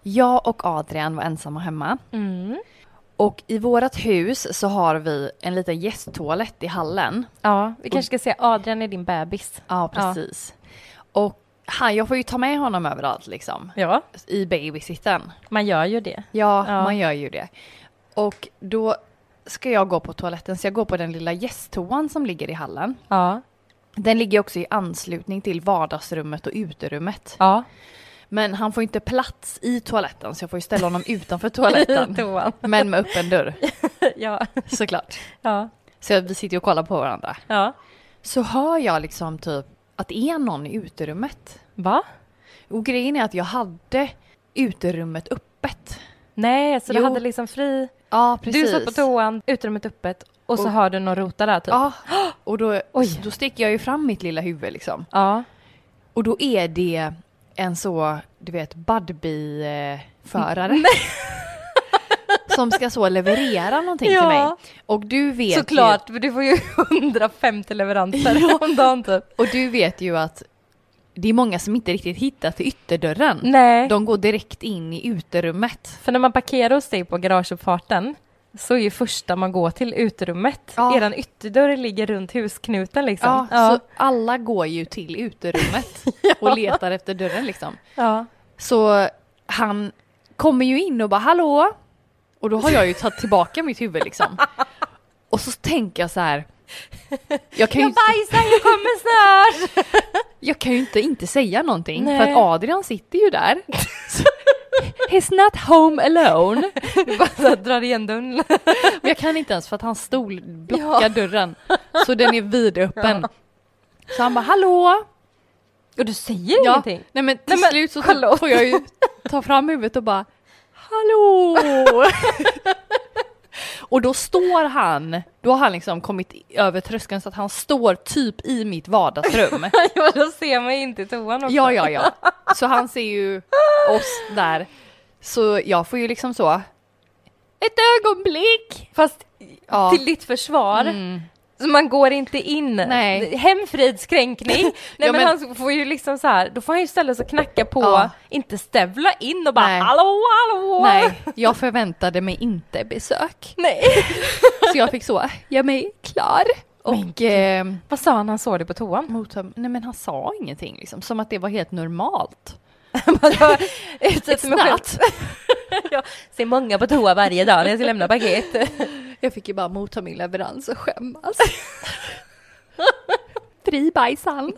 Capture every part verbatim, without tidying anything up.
Jag och Adrian var ensamma hemma. Mm. Och i vårat hus så har vi en liten gästtoalett i hallen. Ja, vi kanske ska säga Adrian är din bebis. Ja, precis. Ja. Och han, jag får ju ta med honom överallt liksom. Ja. I babysitten. Man gör ju det. Ja, ja, man gör ju det. Och då ska jag gå på toaletten, så jag går på den lilla gästtoan som ligger i hallen. Ja. Den ligger också i anslutning till vardagsrummet och uterummet. Ja. Men han får inte plats i toaletten, så jag får ju ställa honom utanför toaletten. Men med öppen dörr. Ja. Såklart. Ja. Så vi sitter och kollar på varandra. Ja. Så hör jag liksom typ att det är någon i uterummet. Va? Och grejen är att jag hade uterummet öppet. Nej, så Jo. du hade liksom fri... Ja, precis. Du satt på toan, uterummet öppet och så och, hör du någon rota där typ. Ja, och då, Oj. då sticker jag ju fram mitt lilla huvud liksom. Ja. Och då är det en så, du vet, Budbee-förare. Som ska så leverera någonting Ja. till mig. Och du vet Såklart, ju, för du får ju hundrafemtio leveranser Ja. om dagen typ. och du vet ju att det är många som inte riktigt hittar till ytterdörren. Nej, De går direkt in i uterummet. för när man parkerar hos dig på garageuppfarten så är ju första man går till uterummet. Ja. Eran ytterdörr ligger runt husknuten liksom. Ja, så alla går ju till uterummet och letar efter dörren liksom. ja. Så han kommer ju in och bara hallå. Och då har jag ju tagit tillbaka mitt huvud liksom. Och så tänker jag så här. Jag kan ju Jag inte, bajsar, jag kommer snart! jag kan ju inte inte säga någonting. Nej. För att Adrian sitter ju där. Så, he's not home alone. Du bara så här, drar igen dörren. Men jag kan inte ens för att hans stol blockar Ja. dörren. Så den är vidöppen. Ja. Så han bara hallå. Och du säger Ja. ingenting? Nej men till Nej, men, slut så hallå. får jag ju ta fram huvudet och bara hallå. Och då står han, då har han liksom kommit över tröskeln så att han står typ i mitt vardagsrum. Ja, då ser man ju inte i toan också. Ja, ja, ja. Så han ser ju oss där. Så jag får ju liksom så ett ögonblick. Fast Ja. till ditt försvar, Mm. så man går inte in. Nej. Hemfridskränkning. Nej, Ja, men, men- han får ju liksom så här, då får han ju ställa sig och knacka på, Ja. inte stövla in och bara Nej. hallå, hallå. Nej, jag förväntade mig inte besök. Nej. Så jag fick så, gör mig klar. Och eh, Vad sa han, han såg det på toan? mottag- nej men han sa ingenting liksom, som att det var helt normalt. Jag utsätter mig It's själv. not. Jag ser många på toa varje dag när jag ska lämna paket. Jag fick ju bara motta min leverans och skämmas. Fri bajsan.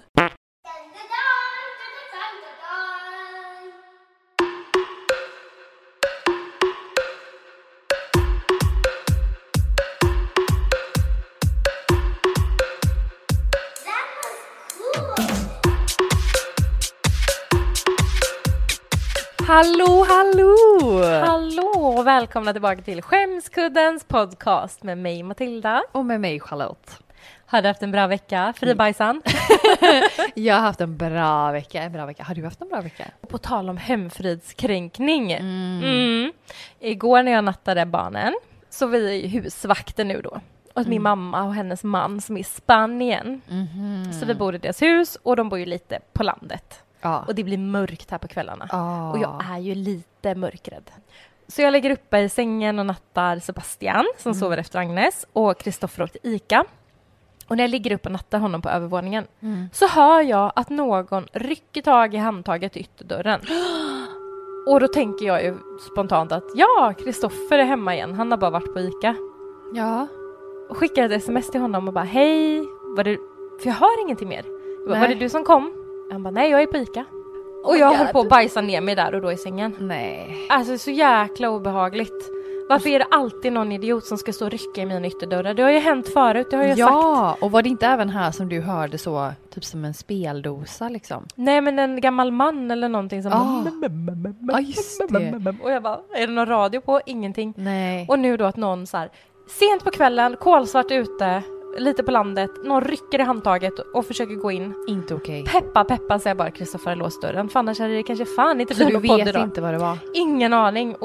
Hallå, hallå! Hallå och välkomna tillbaka till Skämskuddens podcast med mig Matilda. Och med mig Charlotte. Har du haft en bra vecka? Fri bajsan? Jag har haft en bra vecka, en bra vecka. Har du haft en bra vecka? På tal om hemfridskränkning. Mm. Mm. Igår när jag nattade barnen så vi är husvakter nu då. Och Mm. min mamma och hennes man som är i Spanien. Mm-hmm. Så vi bor i deras hus och de bor ju lite på landet. Ja. Och det blir mörkt här på kvällarna. Ah. Och jag är ju lite mörkrädd. Så jag lägger uppe i sängen och nattar Sebastian som Mm. sover efter Agnes. Och Kristoffer åkte Ica. Och när jag ligger upp och nattar honom på övervåningen Mm. så hör jag att någon rycker tag i handtaget i ytterdörren. Och då tänker jag ju spontant att ja, Kristoffer är hemma igen. Han har bara varit på Ica. Ja. Och skickar ett sms till honom och bara hej. Var det... För jag hör ingenting mer. Jag bara, var det du som kom? Han bara nej, jag är på Ica. Oh och jag my höll God. på att bajsa ner mig där och då i sängen. Nej. Alltså så jäkla obehagligt. Varför är det alltid någon idiot som ska stå och rycka i mina ytterdörrar? Det har ju hänt förut, det har jag sagt. Ja, och var det inte även här som du hörde så, typ som en speldosa liksom? Nej, men en gammal man eller någonting som... Ah. Ja, just det. Och jag bara, är det någon radio på? Ingenting. Nej. Och nu då att någon så här, sent på kvällen, kolsvart ute, lite på landet, någon rycker i handtaget och försöker gå in. Inte okej. Peppa, peppa, säger bara Kristoffer har låst dörren. För annars hade det kanske fan inte Så blivit du någon podd vet idag. inte vad det var? Ingen aning. Och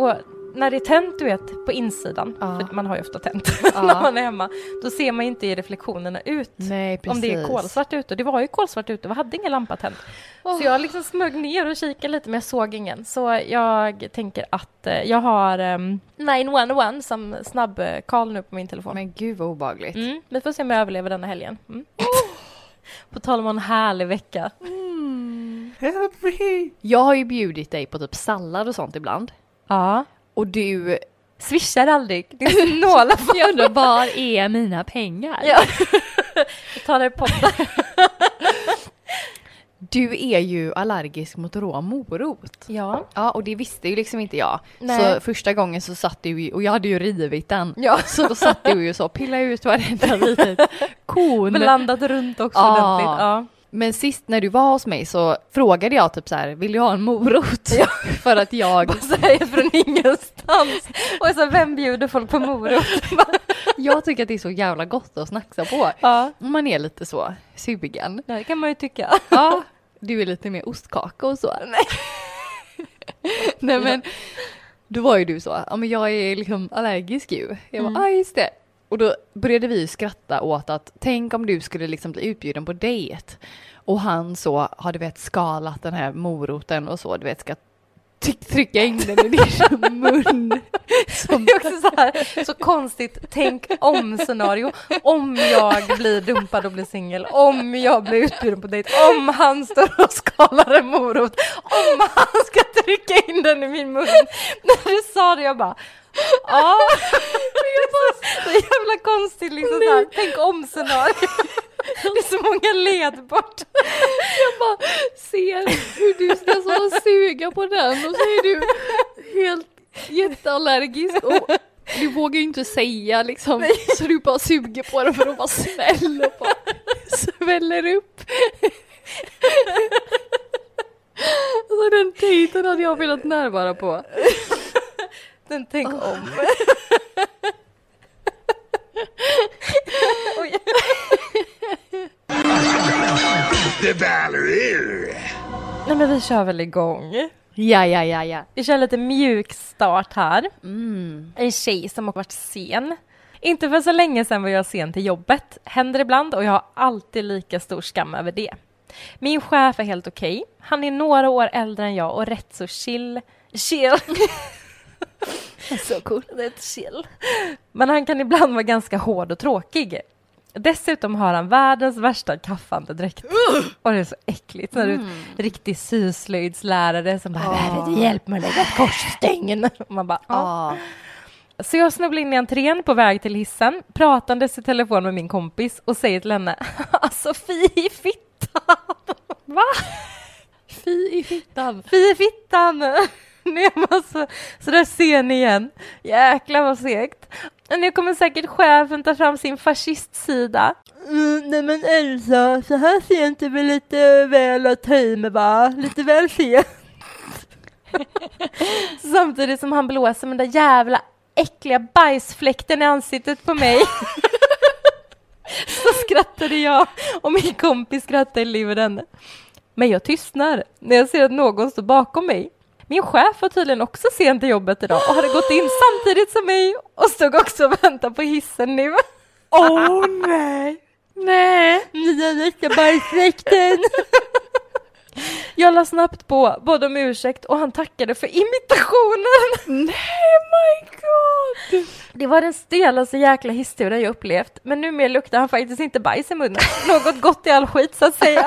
när det är tänt, du vet, på insidan, Ja. för man har ju ofta tänt Ja. när man är hemma, då ser man inte i reflektionerna ut. Nej, precis. Om det är kolsvart ute. Det var ju kolsvart ute och hade ingen lampa tänd. Oh. Så jag liksom smög ner och kikade lite, men jag såg ingen. Så jag tänker att eh, jag har um, nio ett ett som snabb eh, call nu på min telefon. Men gud vad obehagligt. Mm, vi får se om jag överlever denna helgen. Mm. På tal om en härlig vecka. Mm. Jag har ju bjudit dig på typ sallad och sånt ibland. Ja. Och du... Swishar aldrig. Det är så nåla på. Jag undrar, var är mina pengar? Ja. Jag tar det i potten. Du är ju allergisk mot rå morot. Ja. Ja, och det visste ju liksom inte jag. Nej. Så första gången så satt du ju, och jag hade ju rivit den. Ja. Så då satt du ju så och pillade ut varenda litet korn. Blandat runt också Ja. ordentligt. Ja. Men sist när du var hos mig så frågade jag typ så här, vill du ha en morot? Ja. För att jag... Bara säger från ingenstans. Och så vem bjuder folk på morot? jag tycker att det är så jävla gott att snacksa på. Ja. Om man är lite så sugen. Det kan man ju tycka. Ja, du är lite mer ostkaka och så. Nej. Nej men, då var ju du så, ja men jag är liksom allergisk ju. Jag bara, Mm. ah just det. Och då började vi skratta åt att, tänk om du skulle liksom bli utbjuden på dejt. Och han så har du vet skalat den här moroten och så, du vet ska tryck, trycka in den i din mun. Som... Det är också så här, så konstigt tänk om scenario. Om jag blir dumpad och blir singel. Om jag blir utbjuden på dejt. Om han står och skalar en morot. Om han ska trycka in den i min mun. När du sa det jag bara... Ja, det är jävla konstigt liksom så här. Tänk om scenario. Det är så många led bort. Jag bara ser hur du ska så suga på den och så är du helt jätteallergisk och du vågar ju inte säga liksom. Nej. Så du bara suger på den för att vara snäll och bara sväller upp. Så den tejten hade jag velat närvara på. Den tänk oh. om. Oj. The Valerie. Nej men vi kör väl igång. Ja, ja, ja, ja. Vi kör lite mjuk start här. Mm. En tjej som har varit sen. Inte för så länge sedan var jag sen till jobbet. Händer ibland och jag har alltid lika stor skam över det. Min chef är helt okej. Han är några år äldre än jag och rätt så chill. Chill. Så cool. Det är ett chill. Men han kan ibland vara ganska hård och tråkig. Dessutom har han världens värsta kaffandedräkt. Uh! Och det är så äckligt. Så mm. en riktig syslöjdslärare som bara, oh. hjälp mig att lägga ett korsstygn. Och man bara, ja. Oh. Så jag snubblar in i entrén på väg till hissen, pratandes i telefon med min kompis och säger till henne, alltså fy i fittan. Va? Fy i fittan. Fy i fittan. Nej, alltså, så där ser ni igen. Jäklar vad segt. Nu kommer säkert chefen ta fram sin fascistsida. Mm, nej men Elsa, så här sent är väl lite väl att ta i med va? Lite väl sent. Samtidigt som han blåser med den där jävla äckliga bajsfläkten i ansiktet på mig. Så skrattade jag och min kompis skrattade i livet. Men jag tystnar när jag ser att någon står bakom mig. Min chef var tydligen också sent till jobbet idag och hade gått in samtidigt som mig och stod också och väntade på hissen nu. Åh oh, nej! Nej! Nya vecka bajsfläkten. Jag la snabbt på både om ursäkt och han tackade för imitationen. Nej, my god! Det var den stelaste jäkla historia jag upplevt. Men numera luktar han faktiskt inte bajs i munnen. Något gott i all skit så att säga.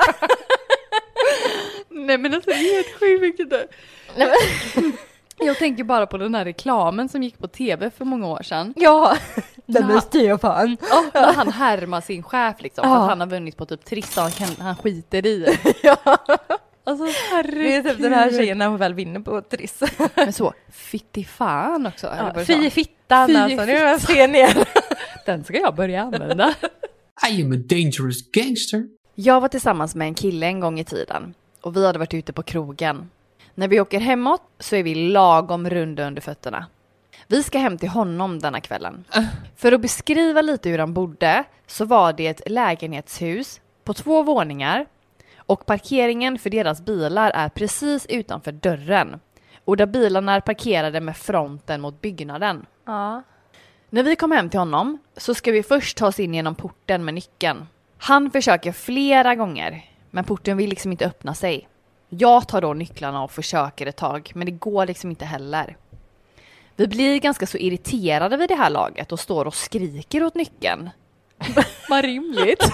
Nej men alltså det är helt sjukt det. Jag tänker bara på den här reklamen som gick på tv för många år sedan. Ja, den är Stefan. Ja, när han härmar sin chef liksom. Ja. För att han har vunnit på typ Triss han, han skiter i. Ja. Alltså herregud. Det är typ den här tjejen när hon väl vinner på Triss. Men så, fittifan också. Ja, fy fittan fy alltså, nu är ser ner. Den ska jag börja använda. I am a dangerous gangster. Jag var tillsammans med en kille en gång i tiden. Och vi hade varit ute på krogen. När vi åker hemåt så är vi lagom runda under fötterna. Vi ska hem till honom denna kvällen. Uh. För att beskriva lite hur han bodde så var det ett lägenhetshus på två våningar. Och parkeringen för deras bilar är precis utanför dörren. och där bilarna är parkerade med fronten mot byggnaden. Ja. När vi kom hem till honom så ska vi först ta oss in genom porten med nyckeln. Han försöker flera gånger, men porten vill liksom inte öppna sig. Jag tar då nycklarna och försöker ett tag, men det går liksom inte heller. Vi blir ganska så irriterade vid det här laget och står och skriker åt nyckeln. Vad rimligt.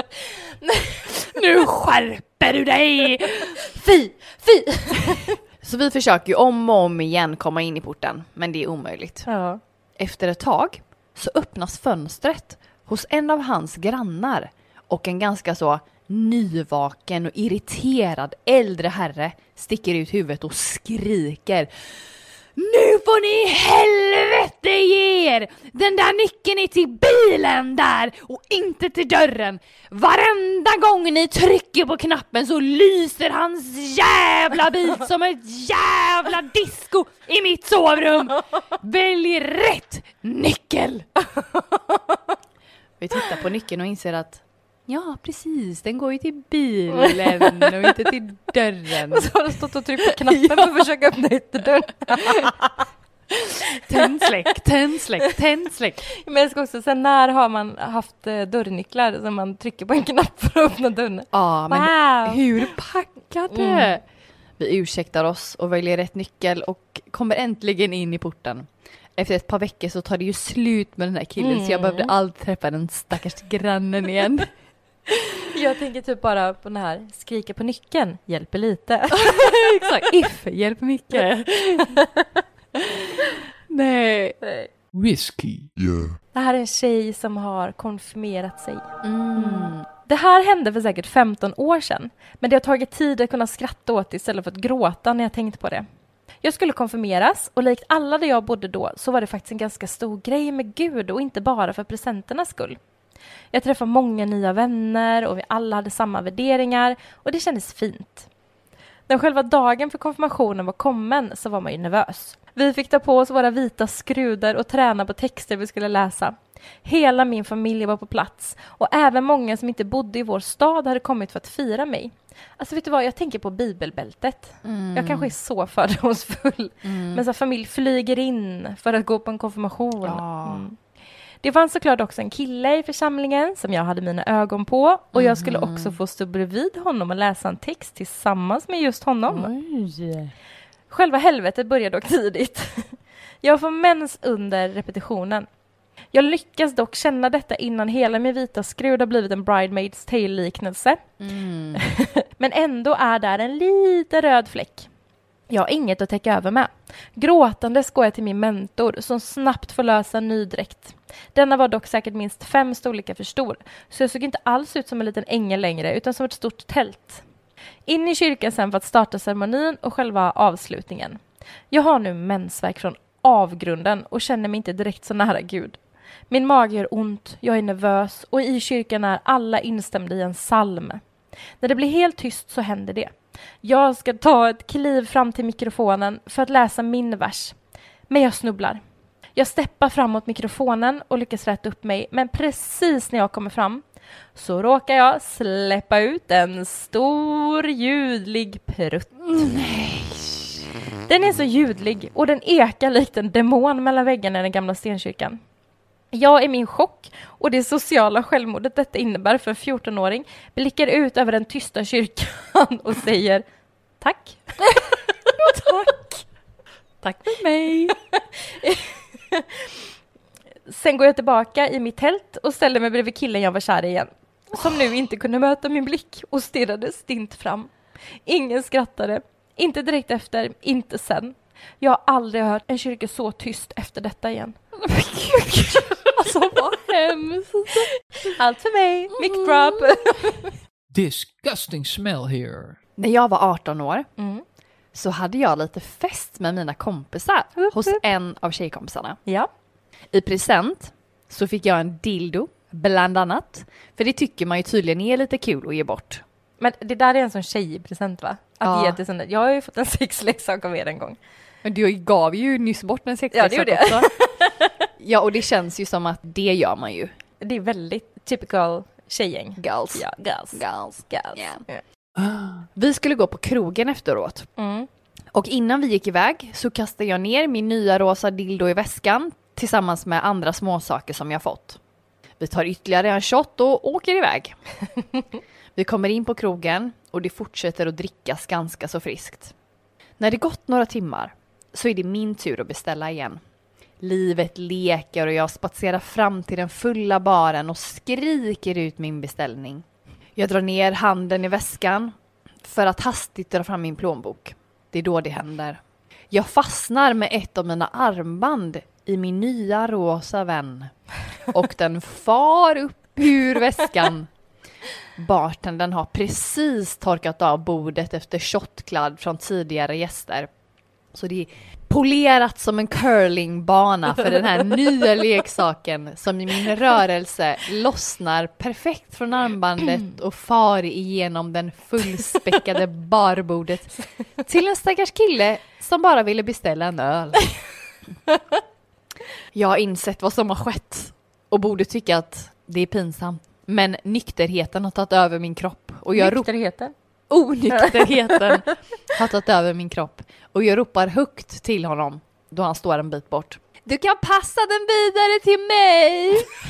Nu skärper du dig! Fy! Fy! Så vi försöker ju om och om igen komma in i porten, men det är omöjligt. Ja. Efter ett tag så öppnas fönstret hos en av hans grannar och en ganska så nyvaken och irriterad äldre herre sticker ut huvudet och skriker: Nu får ni helvete ge er! Den där nyckeln är till bilen där och inte till dörren. Varenda gång ni trycker på knappen så lyser hans jävla bil som ett jävla disco i mitt sovrum. Välj rätt nyckel! Vi tittar på nyckeln och inser att ja, precis. Den går ju till bilen och inte till dörren. Och så har du stått och tryckt på knappen för att försöka öppna ytterdörren. Tändsläck, tändsläck, tändsläck. Men jag ska också säga, när har man haft eh, dörrnycklar som man trycker på en knapp för att öppna dörren? Ja, men Wow. hur packade? Mm. Vi ursäktar oss och väljer rätt nyckel och kommer äntligen in i porten. Efter ett par veckor så tar det ju slut med den här killen Mm. så jag behövde aldrig träffa den stackars grannen igen. Jag tänker typ bara på den här, skrika på nyckeln, hjälper lite. Exakt, if, hjälp mycket. Nej. Whiskey. Det här är en tjej som har konfirmerat sig. Mm. Det här hände för säkert femton år sedan. Men det har tagit tid att kunna skratta åt det istället för att gråta när jag tänkt på det. Jag skulle konfirmeras och likt alla där jag bodde då så var det faktiskt en ganska stor grej med Gud och inte bara för presenternas skull. Jag träffade många nya vänner och vi alla hade samma värderingar och det kändes fint. När själva dagen för konfirmationen var kommen så var man ju nervös. Vi fick ta på oss våra vita skrudar och träna på texter vi skulle läsa. Hela min familj var på plats och även många som inte bodde i vår stad hade kommit för att fira mig. Alltså vet du vad, jag tänker på bibelbältet. Mm. Jag kanske är så fördomsfull. Mm. Men så familj flyger in för att gå på en konfirmation. Ja. Mm. Det fanns såklart också en kille i församlingen som jag hade mina ögon på. Och jag skulle Mm. också få stå bredvid honom och läsa en text tillsammans med just honom. Oj. Själva helvetet började dock tidigt. Jag får mens under repetitionen. Jag lyckas dock känna detta innan hela min vita skrud har blivit en Bridesmaids Tale-liknelse. Mm. Men ändå är där en liten röd fläck. Jag har inget att täcka över med. Gråtandes går jag till min mentor som snabbt får lösa en ny dräkt. Denna var dock säkert minst fem storlekar för stor. Så jag såg inte alls ut som en liten ängel längre utan som ett stort tält. In i kyrkan sen för att starta ceremonin och själva avslutningen. Jag har nu mensvärk från avgrunden och känner mig inte direkt så nära Gud. Min mage gör ont, jag är nervös och i kyrkan är alla instämda i en psalm. När det blir helt tyst så händer det. Jag ska ta ett kliv fram till mikrofonen för att läsa min vers. Men jag snubblar. Jag steppar framåt mikrofonen och lyckas rätta upp mig. Men precis när jag kommer fram så råkar jag släppa ut en stor ljudlig prutt. Nej. Den är så ljudlig och den ekar likt en demon mellan väggarna i den gamla stenkyrkan. Jag är min chock och det sociala självmordet detta innebär för en fjortonåring blickar ut över den tysta kyrkan och säger tack. Tack. Tack för mig. Sen går jag tillbaka i mitt tält och ställer mig bredvid killen jag var kär i igen. Som nu inte kunde möta min blick och stirrade stint fram. Ingen skrattade. Inte direkt efter, inte sen. Jag har aldrig hört en kyrka så tyst efter detta igen. Alltså vad hemskt. Allt för mig. Mic drop. Disgusting smell here. När jag var arton år Mm. så hade jag lite fest med mina kompisar Upp, hos upp. en av tjejkompisarna. Ja. I present så fick jag en dildo, bland annat. För det tycker man ju tydligen är lite kul att ge bort. Men det där är en sån tjejpresent va? Att Ja. ge till sån där. Jag har ju fått en sexleksak av er en gång. Men du gav ju nyss bort en Ja, det sexleksak gjorde jag. också. Ja, och det känns ju som att det gör man ju. Det är väldigt typical tjejgäng. Girls. Ja, girls. Girls. Girls. Yeah. Ja. Ah, Vi skulle gå på krogen efteråt. Mm. Och innan vi gick iväg så kastade jag ner min nya rosa dildo i väskan tillsammans med andra småsaker som jag fått. Vi tar ytterligare en shot och åker iväg. Vi kommer in på krogen och det fortsätter att drickas ganska så friskt. När det gått några timmar så är det min tur att beställa igen. Livet leker och jag spatserar fram till den fulla baren och skriker ut min beställning. Jag drar ner handen i väskan för att hastigt dra fram min plånbok. Det är då det händer. Jag fastnar med ett av mina armband i min nya rosa vän. Och den far upp ur väskan. Bartendern har precis torkat av bordet efter shotkladd från tidigare gäster. Så det är polerat som en curlingbana för den här nya leksaken som i min rörelse lossnar perfekt från armbandet och far igenom den fullspäckade barbordet till en stackars kille som bara ville beställa en öl. Jag har insett vad som har skett och borde tycka att det är pinsamt. Men nykterheten har tagit över min kropp. Och jag Nykterheten? Onykterheten har tagit över min kropp. Och jag ropar högt till honom då han står en bit bort. Du kan passa den vidare till mig!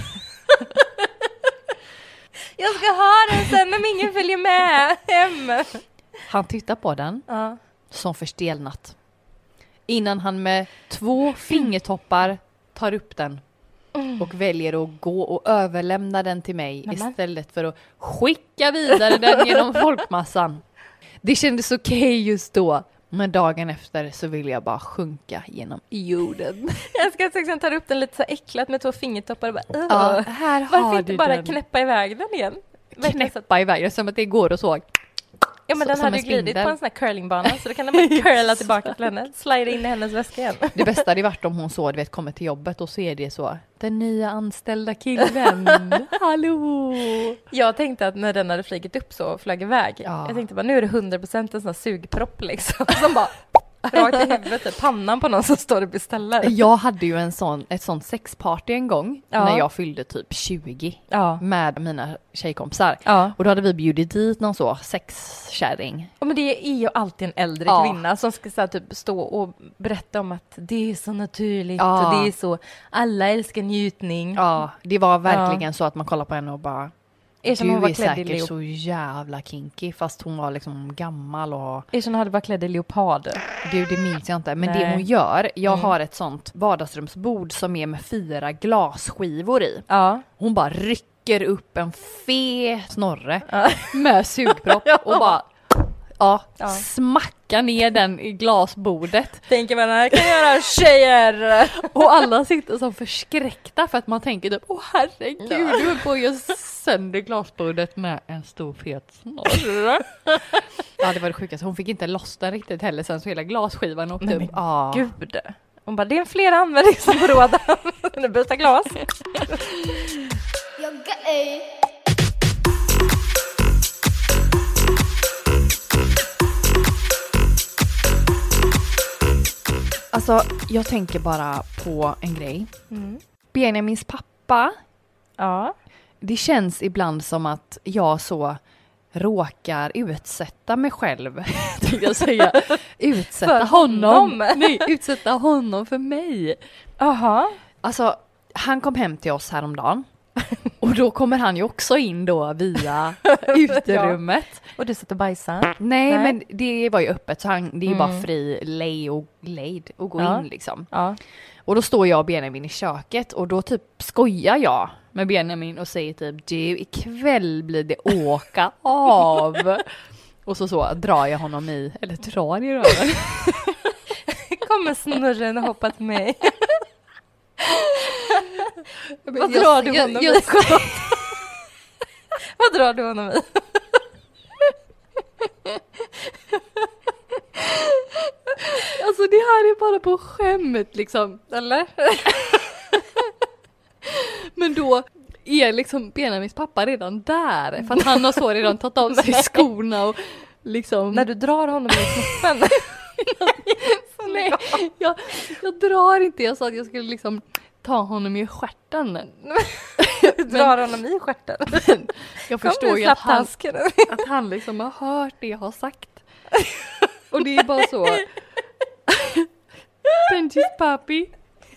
Jag ska ha den sen om ingen följer med hem. Han tittar på den Ja. som förstelnat. Innan han med två fingertoppar tar upp den. Och väljer att gå och överlämna den till mig Nämen. istället för att skicka vidare den genom folkmassan. Det kändes okej okay just då. Men dagen efter så vill jag bara sjunka genom jorden. Jag ska liksom ta upp den lite så äcklat med två fingertoppar och bara, Ja, här har varför inte du bara den. knäppa iväg den igen? Knäppa iväg den som att det går och så. Ja, men Så- den som hade en ju glidit spindel. på en sån här curlingbana så då kan den bara curla tillbaka till henne. Slida in i hennes väska igen. Det bästa hade varit om hon så, du vet, kommer till jobbet och så är det så. Den nya anställda killen. Hallå! Jag tänkte att när den hade flygit upp så och flög iväg. Ja. Jag tänkte bara, nu är det hundra procent en sån här sugpropp liksom. Som bara rakt i huvudet, i pannan på någon som står och beställer. Jag hade ju en sån, ett sånt sexparty en gång Ja. när jag fyllde typ tjugo Ja. med mina tjejkompisar. Ja. Och då hade vi bjudit dit någon så sexkärring. Och men det är ju alltid en äldre Ja. kvinna som ska så här, typ stå och berätta om att det är så naturligt Ja. och det är så, alla älskar njutning. Ja, det var verkligen så att man kollar på henne och bara, Erkänn du hon var är klädd i säkert leop- så jävla kinky, fast hon var liksom gammal och Erkänn hon hade varit klädd i leopard. du, det minns jag inte. Men det Nej. hon gör, jag Mm. har ett sånt vardagsrumsbord som är med fyra glasskivor i. Ja. Hon bara rycker upp en fet snorre Ja. med sugpropp och bara ja, Ja. smacka ner den i glasbordet. Tänker man, här kan jag göra tjejer. Och alla sitter som förskräckta för att man tänker typ, åh herregud, Ja. du höll på att göra sönder glasbordet med en stor fet snorre. Ja, det var det sjukaste. Hon fick inte loss den riktigt heller sen så hela glasskivan åkte Nej, upp. men Ja. Gud. Hon bara, det är en flera användningsområden. Nu byta glas. Alltså, jag tänker bara på en grej. Mm. Benjamins pappa, Ja. det känns ibland som att jag så råkar utsätta mig själv, tänkte jag säga. Utsätta För honom. honom. Nej, utsätta honom för mig. Aha. Alltså, han kom hem till oss häromdagen. Och då kommer han ju också in då via uterummet. Och du satt och bajsade. Nej, Nej. men det var ju öppet så han, det är ju bara Mm. fri lej och lejd och gå Ja. in liksom. Ja. Och då står jag och Benjamin i köket och då typ skojar jag med Benjamin och säger typ, du, ikväll blir det åka av. Och så så drar jag honom i, eller drar i röven. Kommer snurren och hoppar till mig. Vad Jag- drar du jag- honom jag- i? Vad drar du honom i? Alltså det här är bara på skämt liksom. Eller? Men då är liksom Benjamins pappa redan där. För att han har så redan tagit av sig skorna och liksom... När du drar honom i snoppen. Nej, jag, jag drar inte. Jag sa att jag skulle liksom ta honom i stjärten. Du drar honom i stjärten. Jag Kom förstår nu, ju att han, slapptasken. att han liksom har hört det jag har sagt. Och det är bara så... Benjis papi.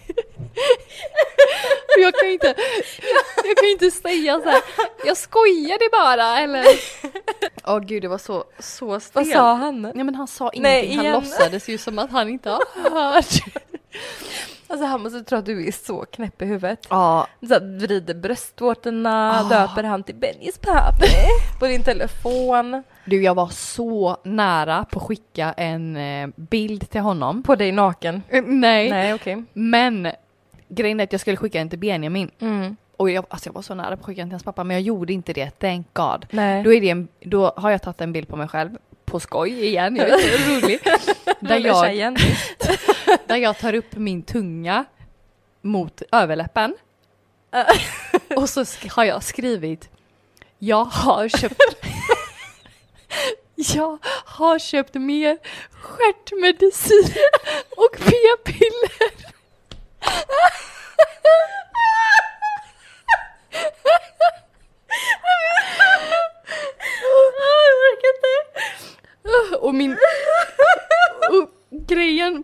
Jag kan inte jag kan inte säga så här. Jag skojade bara eller. Åh oh, gud, det var så så stelt. Vad sa han? Nej, men han sa ingenting. Nej, han igen. låtsades ju som att han inte har hört. Alltså han måste tro att du är så knäpp i huvudet. Ja. Så att vrider bröstvårtorna, Oh. döper han till Benjis pappi på din telefon. Du, jag var så nära på att skicka en eh, bild till honom. På dig naken. Eh, nej. Nej, okej. Men grejen är att jag skulle skicka den till Benjamin. Mm. Och jag, alltså jag var så nära på att skicka den till hans pappa, men jag gjorde inte det. Thank God. Nej. Då, är det en, då har jag tagit en bild på mig själv. På skoj igen, jag är så rolig. där, jag, igen. där jag tar upp min tunga mot överläppen. Och så sk- har jag skrivit: Jag har köpt Jag har köpt mer stjärtmedicin och p-piller. Jag orkar inte. Och min och grejen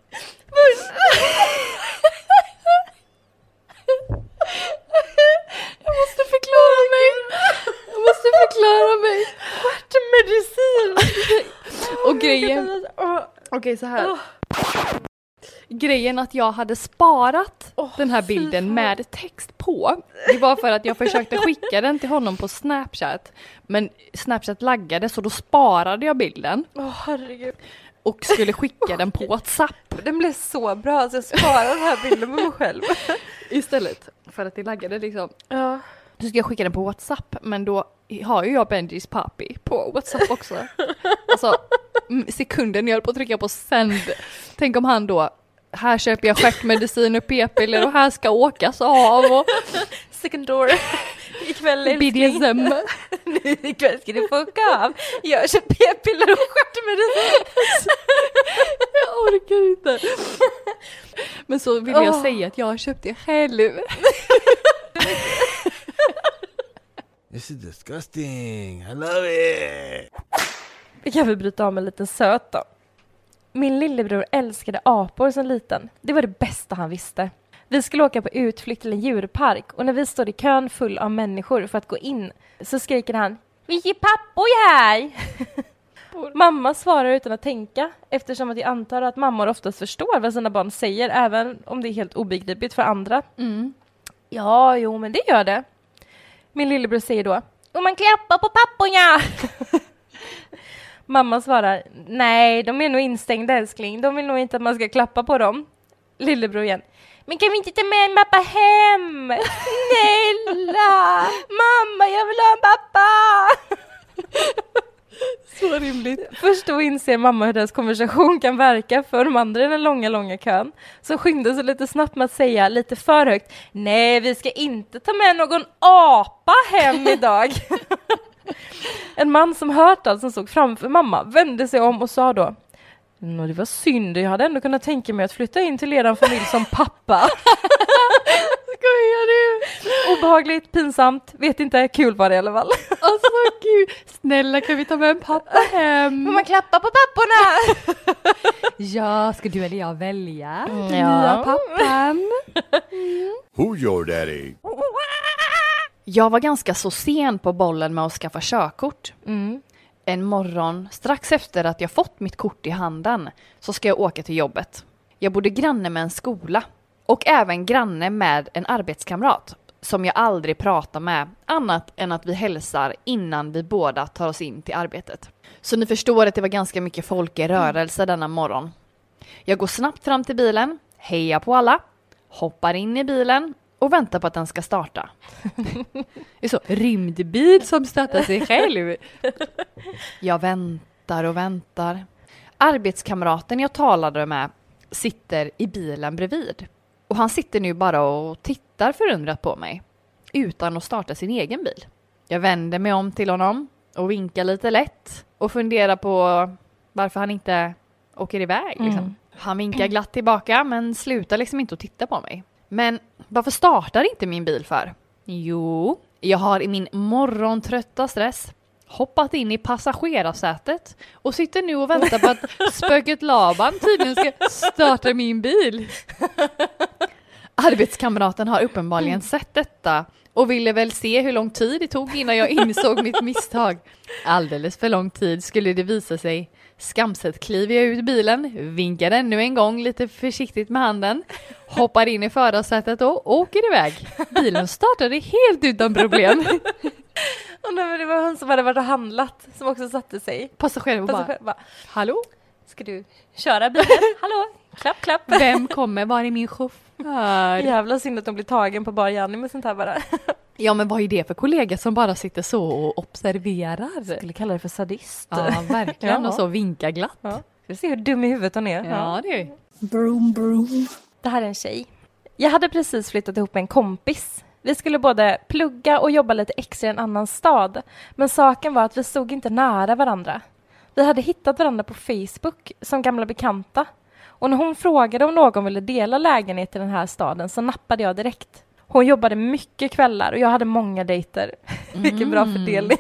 Jag måste förklara mig. Jag måste förklara mig. Stjärtmedicin. Och grejen. Okej, okay, så här. Grejen att jag hade sparat oh, den här bilden med text på. Det var för att jag försökte skicka den till honom på Snapchat. Men Snapchat laggade, så då sparade jag bilden. Åh, oh, herregud. Och skulle skicka den på WhatsApp. Den blev så bra, så jag sparade den här bilden med mig själv. Istället för att det laggade liksom. Ja. Så ska jag skicka den på WhatsApp. Men då har ju jag Benjis papi på WhatsApp också. Alltså sekunden jag höll på att trycka på send. Tänk om han då: här köper jag stjärtmedicin och p-piller och här ska åkas av. Och second door. Ikväll B D S M. Ikväll ska du få åka av. Jag köper p-piller och stjärtmedicin. Jag orkar inte. Men så vill jag oh. säga att jag har köpt det själv. This is disgusting. I love it. Vi kan väl bryta av med lite söt då. Min lillebror älskade apor som liten. Det var det bästa han visste. Vi skulle åka på utflykt till en djurpark och när vi står i kön full av människor för att gå in så skriker han: vi är pappor här! Mamma svarar utan att tänka, eftersom att jag antar att mammor oftast förstår vad sina barn säger, även om det är helt obegripligt för andra. Mm. Ja, jo, men det gör det. Min lillebror säger då: och man klappar på papporna! Mamma svarar: nej, de är nog instängda, älskling. De vill nog inte att man ska klappa på dem. Lillebror igen: men kan vi inte ta med en pappa hem? Snälla! Mamma, jag vill ha en pappa! Så rimligt. Först då inser mamma hur deras konversation kan verka för de andra i den långa, långa kön. Så skyndar sig lite snabbt med att säga lite för högt: nej, vi ska inte ta med någon apa hem idag. En man som hört allt som såg framför mamma vände sig om och sa då: nå, det var synd, jag hade ändå kunnat tänka mig att flytta in till er familj som pappa. Skojar du? Obehagligt, pinsamt, vet inte, kul var det i alla fall. Alltså gud, snälla kan vi ta med en pappa hem? Får man klappa på papporna? Ja, ska du eller jag välja? Mm, Den ja. nya pappan. Mm. Who's your daddy? Jag var ganska så sen på bollen med att skaffa körkort. Mm. En morgon, strax efter att jag fått mitt kort i handen, så ska jag åka till jobbet. Jag bodde granne med en skola och även granne med en arbetskamrat som jag aldrig pratar med annat än att vi hälsar innan vi båda tar oss in till arbetet. Så ni förstår att det var ganska mycket folk i rörelse denna morgon. Jag går snabbt fram till bilen, hejar på alla, hoppar in i bilen och väntar på att den ska starta. Det är så rymdbil som startar sig själv. Jag väntar och väntar. Arbetskamraten jag talade med sitter i bilen bredvid. Och han sitter nu bara och tittar förundrat på mig utan att starta sin egen bil. Jag vänder mig om till honom och vinkar lite lätt och funderar på varför han inte åker iväg. Liksom. Mm. Han vinkar glatt tillbaka men slutar liksom inte att titta på mig. Men varför startar inte min bil för? Jo, jag har i min morgontrötta stress hoppat in i passagerarsätet och sitter nu och väntar på att spöket Laban tydligen ska starta min bil. Arbetskamraten har uppenbarligen sett detta och ville väl se hur lång tid det tog innan jag insåg mitt misstag. Alldeles för lång tid skulle det visa sig. Skamset kliver jag ut bilen, vinkar ännu en gång lite försiktigt med handen, hoppar in i förarsätet och åker iväg. Bilen startade helt utan problem. Och nej, det var hon som hade varit och handlat som också satte sig. Passageraren bara, Passager bara, hallå? ska du köra bilen? Hallå? Klapp, klapp. Vem kommer? Var är min chaufför? Jävla synd att de blir tagen på bar Janni med sånt här bara. Ja, men vad är det för kollega som bara sitter så och observerar? Jag skulle kalla det för sadist. Ja, verkligen. Ja. Och så vinka glatt. Ja. Du ser hur dum i huvudet hon är. Ja, det är det. Broom, broom. Det här är en tjej. Jag hade precis flyttat ihop med en kompis. Vi skulle både plugga och jobba lite extra i en annan stad. Men saken var att vi stod inte nära varandra. Vi hade hittat varandra på Facebook som gamla bekanta. Och när hon frågade om någon ville dela lägenhet i den här staden så nappade jag direkt. Hon jobbade mycket kvällar och jag hade många dejter. Mm. Vilken bra fördelning.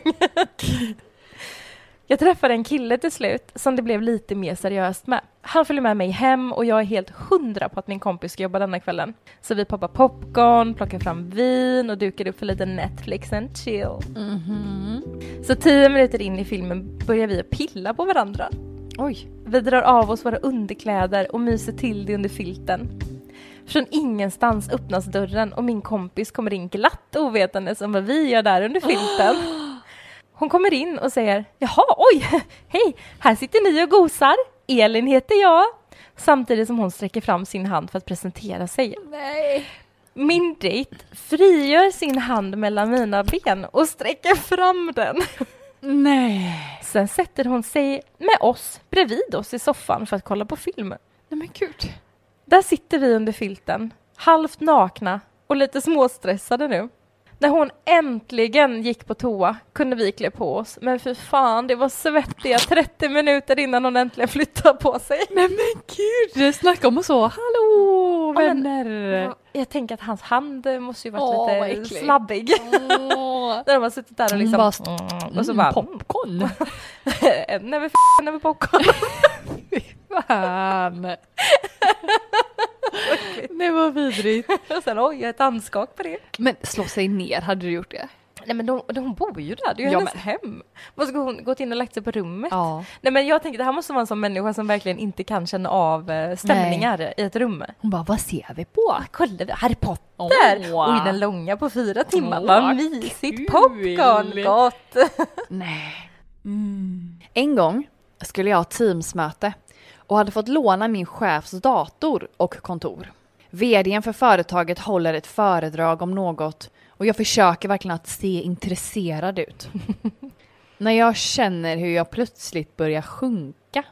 Jag träffade en kille till slut som det blev lite mer seriöst med. Han följer med mig hem och jag är helt hundra på att min kompis ska jobba denna kvällen. Så vi poppar popcorn, plockar fram vin och dukar upp för lite Netflix and chill. Mm-hmm. Så tio minuter in i filmen börjar vi pilla på varandra. Oj. Vi drar av oss våra underkläder och myser till det under filten. Från ingenstans öppnas dörren och min kompis kommer in glatt ovetandes om vad vi gör där under filten. Hon kommer in och säger, jaha, oj, hej, här sitter ni och gosar. Elin heter jag. Samtidigt som hon sträcker fram sin hand för att presentera sig. Nej. Min dejt frigör sin hand mellan mina ben och sträcker fram den. Nej. Sen sätter hon sig med oss bredvid oss i soffan för att kolla på film. Nej men gud. Där sitter vi under filten, halvt nakna och lite småstressade nu. När hon äntligen gick på toa kunde vi klä på oss. Men för fan, det var svettiga trettio minuter innan hon äntligen flyttade på sig. Nej men gud, snacka om och så. Hallå, vänner. Men, jag tänker att hans hand måste ju varit Åh, lite slabbig. Åh. När de har suttit där och liksom... Bara, mm, och så bara... popcorn. en näve f***, en näve popcorn. Fan. Det var vidrigt. Och sen, oj, ett handskak på det. Men slå sig ner, hade du gjort det? Nej men de, de, hon bor ju där, det är ju Ja, hennes men. hem. Vad ska hon gått in och lagt sig på rummet? Ja. Nej men jag tänker, det här måste vara en sån människa som verkligen inte kan känna av eh, stämningar Nej. i ett rum. Hon bara, vad ser vi på? Kolla, Harry Potter! Åh. Oj, den långa på fyra timmar. Åh, vad vad mysigt, kul. popcorn, gott! Nej. Mm. En gång skulle jag ha Teams-möte och hade fått låna min chefs dator och kontor. Vd:n för företaget håller ett föredrag om något och jag försöker verkligen att se intresserad ut. När jag känner hur jag plötsligt börjar sjunka.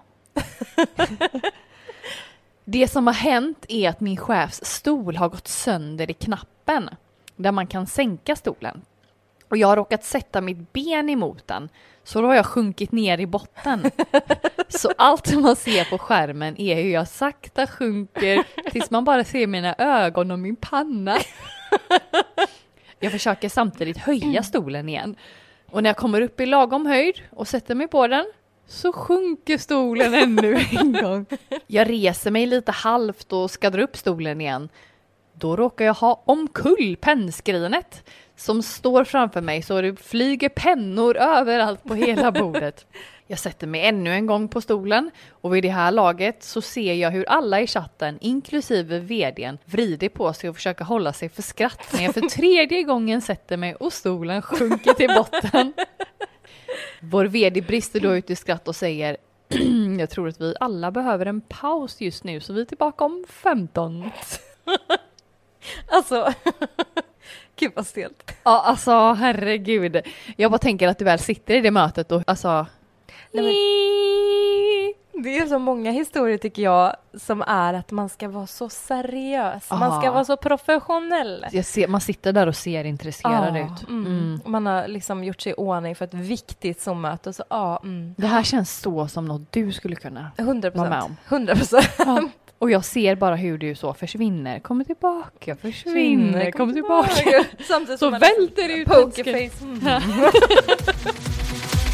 Det som har hänt är att min chefs stol har gått sönder i knappen där man kan sänka stolen. Och jag har råkat sätta mitt ben emot den. Så då har jag sjunkit ner i botten. Så allt som man ser på skärmen är hur jag sakta sjunker tills man bara ser mina ögon och min panna. Jag försöker samtidigt höja stolen igen. Och när jag kommer upp i lagom höjd och sätter mig på den så sjunker stolen ännu en gång. Jag reser mig lite halvt och ska dra upp stolen igen. Då råkar jag ha omkull pennskrinet som står framför mig så det flyger pennor överallt på hela bordet. Jag sätter mig ännu en gång på stolen och vid det här laget så ser jag hur alla i chatten, inklusive vdn, vrider på sig och försöker hålla sig för skratt när jag för tredje gången sätter mig och stolen sjunker till botten. Vår vd brister då ut i skratt och säger jag tror att vi alla behöver en paus just nu så vi är tillbaka om femton. Alltså, gud vad stelt. Ja, alltså herregud. Jag bara tänker att du väl sitter i det mötet och alltså... Nej, men, det är så många historier tycker jag som är att man ska vara så seriös. Man ska Aha. vara så professionell. Jag ser, man sitter där och ser intresserad Ja, ut. mm. Mm. Man har liksom gjort sig i ordning för ett viktigt Zoom-möte och så, ja, mm. Det här känns så som något du skulle kunna hundra vara med procent. om. hundra procent. Ja. Och jag ser bara hur du så försvinner, kommer tillbaka, försvinner, kommer tillbaka. Samtidigt Så som man välter det ut pokerface. Mm.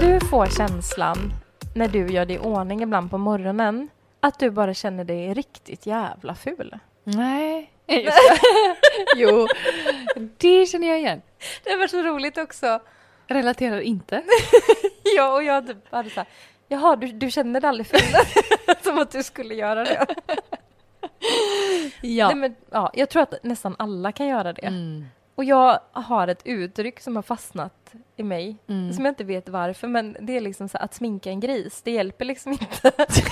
du får känslan när du gör dig i ordning ibland på morgonen att du bara känner dig riktigt jävla ful? Nej. Jo, det känner jag igen. Det var så roligt också. Relaterar inte. Ja, och jag typ hade så här, jaha, du, du känner dig aldrig ful. Som att du skulle göra det. Ja. Nej, men, ja, jag tror att nästan alla kan göra det. Mm. Och jag har ett uttryck som har fastnat i mig. Mm. Som jag inte vet varför, men det är liksom så här, att sminka en gris. Det hjälper liksom inte.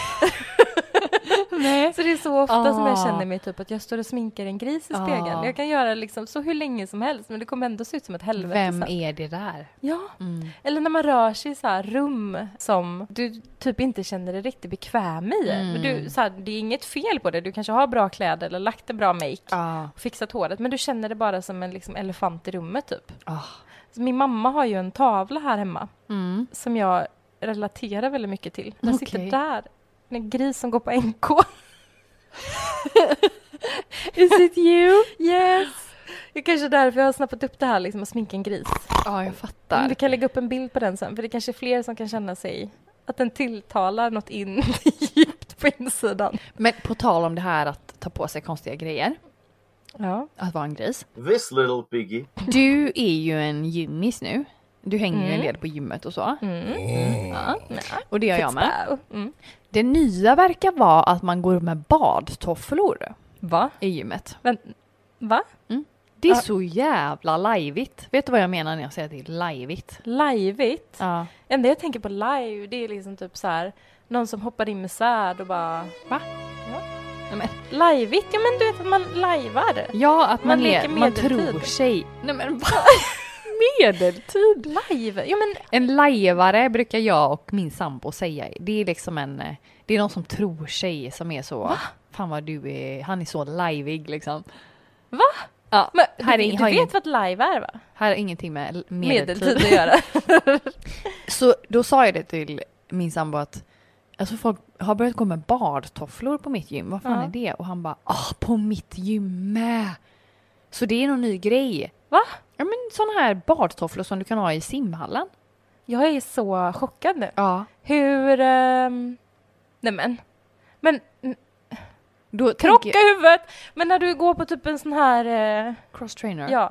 Nej. Så det är så ofta ah. som jag känner mig typ att jag står och sminkar en gris i ah. spegeln. Jag kan göra liksom så hur länge som helst, men det kommer ändå se ut som ett helvete. Vem sen. är det där? Ja, mm. eller när man rör sig i så här rum som du typ inte känner dig riktigt bekväm i. Mm. Men du, så här, det är inget fel på det. Du kanske har bra kläder eller lagt en bra make ah. och fixat håret, men du känner det bara som en liksom, elefant i rummet typ. Ah. Så min mamma har ju en tavla här hemma Mm. som jag relaterar väldigt mycket till. Den Okay. sitter där. En gris som går på N K. Is it you? Yes. Det är kanske därför jag har snappat upp det här liksom att sminka en gris. Ja, jag fattar. Men vi kan lägga upp en bild på den sen, för det är kanske är fler som kan känna sig att den tilltalar något in djupt på insidan. Men på tal om det här att ta på sig konstiga grejer. Ja. Att vara en gris. This little piggy. Du är ju en gymmis nu. Du hänger ju Mm. en del på gymmet och så. Mm. Ja. Ja. Och det gör jag med. Mm. Det nya verkar vara att man går med badtofflor Va? i gymmet. Men, va? Det är Ja. så jävla lajvigt. Vet du vad jag menar när jag säger att det är lajvigt? Liveigt? Ja. Enda jag tänker på live, det är liksom typ så här, någon som hoppar in med svärd och bara, va? Ja. Nej, men, Liveigt? Ja, men du vet att man lajvar. ja, att man, Man är, leker man medeltid. tror sig. Nej men vad? Medeltid? Live? Ja, men En lajvare brukar jag och min sambo säga. Det är liksom en, det är någon som tror sig som är så, Va? fan vad du är, han är så lajvig liksom. Va? Ja, Men, här du, är, du har vet ingen, vad live är, va? här är ingenting med medeltid. Medeltid att göra. Så då sa jag det till min sambo att alltså folk har börjat gå med badtofflor på mitt gym. Vad fan Ja. är det? Och han bara, ah, på mitt gym med. Så det är någon ny grej. Va? Ja men sådana här badtofflor som du kan ha i simhallen. Jag är så chockad nu. Ja. Hur... Um... Nej men. Men Då krocka tänker- huvudet! Men när du går på typ en sån här... Uh... cross trainer. Ja.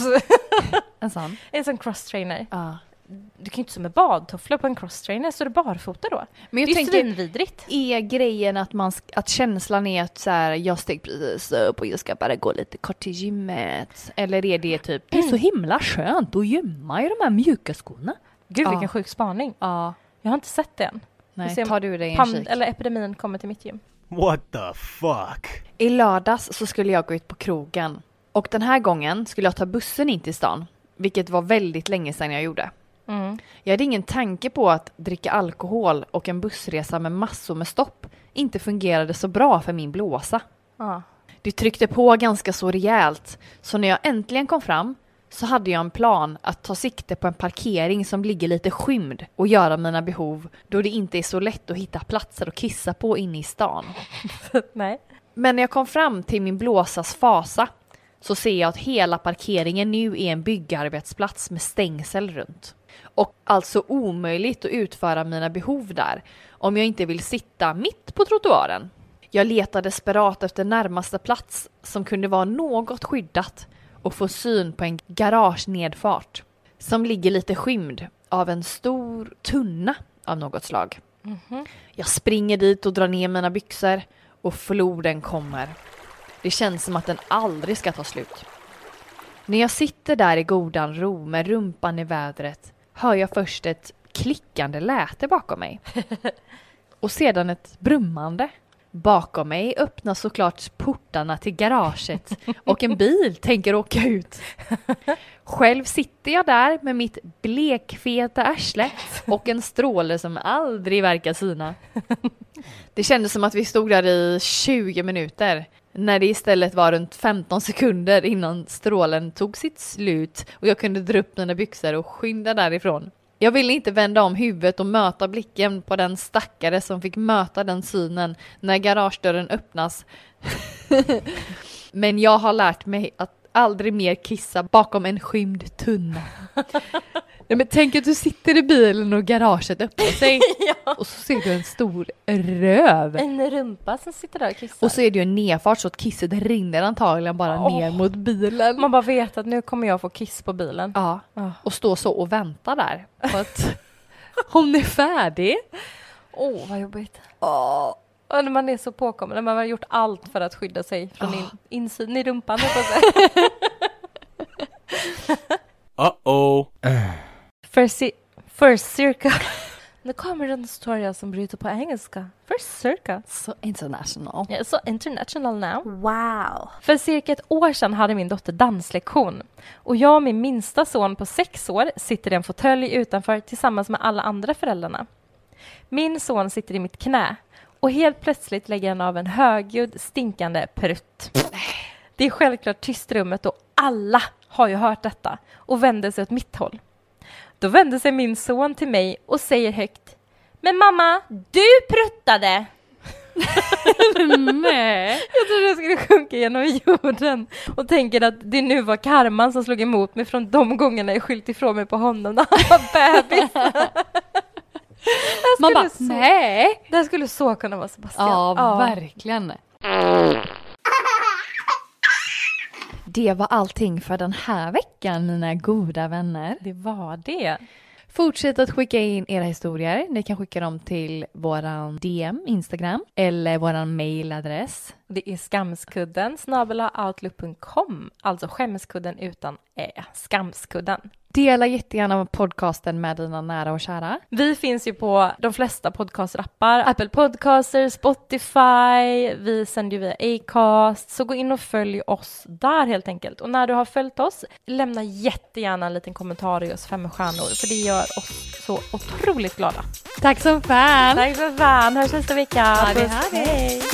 En sån. En sån cross-trainer. Ja. Du kan ju inte stå med badtofflor på en cross-trainer, så är du barfota då. Men jag det är ju tänker, svinvidrigt. är grejen att, man, sk- att känslan är att så här, jag steg precis upp och jag ska bara gå lite kort till gymmet? Eller är det typ, det är så himla skönt att gymma i de här mjuka skorna? Gud, Ja. vilken sjuk spaning. Ja, Jag har inte sett det än. nej, Vi ser om tar du dig en Pand- kik. eller epidemin kommer till mitt gym. What the fuck? I lördags så skulle jag gå ut på krogen. Och den här gången skulle jag ta bussen in till stan. Vilket var väldigt länge sedan jag gjorde. Mm. Jag hade ingen tanke på att dricka alkohol och en bussresa med massor med stopp inte fungerade så bra för min blåsa. Ja. Det tryckte på ganska så rejält. Så när jag äntligen kom fram så hade jag en plan att ta sikte på en parkering som ligger lite skymd och göra mina behov då det inte är så lätt att hitta platser att kissa på inne i stan. Nej. Men när jag kom fram till min blåsas fasa så ser jag att hela parkeringen nu är en byggarbetsplats med stängsel runt. Och alltså omöjligt att utföra mina behov där om jag inte vill sitta mitt på trottoaren. Jag letade desperat efter närmaste plats som kunde vara något skyddat och få syn på en garagenedfart som ligger lite skymd av en stor tunna av något slag. Mm-hmm. Jag springer dit och drar ner mina byxor och floden kommer. Det känns som att den aldrig ska ta slut. När jag sitter där i godan ro med rumpan i vädret hör jag först ett klickande läte bakom mig. Och sedan ett brummande. Bakom mig öppnas såklart portarna till garaget och en bil tänker åka ut. Själv sitter jag där med mitt blekfeta arsle och en stråle som aldrig verkar sina. Det kändes som att vi stod där i tjugo minuter när det istället var runt femton sekunder innan strålen tog sitt slut och jag kunde dra upp mina byxor och skynda därifrån. Jag ville inte vända om huvudet och möta blicken på den stackare som fick möta den synen när garagedörren öppnas. Men jag har lärt mig att aldrig mer kissa bakom en skymd tunna. Nej, men tänk att du sitter i bilen och garaget öppnar sig. Ja. Och så ser du en stor röv. En rumpa som sitter där och kissar. Och så är det ju en nedfart så att kisset rinner antagligen bara Åh. ner mot bilen. Man bara vet att nu kommer jag få kiss på bilen. Ja, Ja. och stå så och vänta där. För att hon är färdig. Åh, oh, vad jobbigt. Oh. Och när man är så påkommen, när man har gjort allt för att skydda sig från Oh. in, insidan i rumpan. På sig. Uh-oh. First, ci- first circa. Nu kommer en story som bryter på engelska. First circa. Så international. Jag är så international now. Wow. För cirka ett år sedan hade min dotter danslektion. Och jag och min minsta son på sex år sitter i en fåtölj utanför tillsammans med alla andra föräldrarna. Min son sitter i mitt knä. Och helt plötsligt lägger han av en högljudd, stinkande prutt. Det är självklart tyst i rummet och alla har ju hört detta och vänder sig åt mitt håll. Då vänder sig min son till mig och säger högt: men mamma, du pruttade! Nej. Jag trodde jag skulle sjunka genom jorden och tänker att det nu var karman som slog emot mig från de gångerna jag skylt ifrån mig på honom när han var bebis. Man bara, så, nej. Det här skulle så kunna vara Sebastian. Ja, verkligen. Det var allting för den här veckan, mina goda vänner. Det var det. Fortsätt att skicka in era historier. Ni kan skicka dem till våran D M, Instagram, eller våran mailadress. Det är skamskudden snabel-a outlook punkt com. Alltså skämskudden utan ä. Skamskudden. Dela jättegärna podcasten med dina nära och kära. Vi finns ju på de flesta podcastrappar. Apple Podcaster, Spotify. Vi sänder ju via Acast. Så gå in och följ oss där helt enkelt. Och när du har följt oss, lämna jättegärna en liten kommentar och ge oss fem stjärnor. För det gör oss så otroligt glada. Tack som fan! Tack för fan. Hörs nästa vecka. Ha det, Puss. ha det. Hej.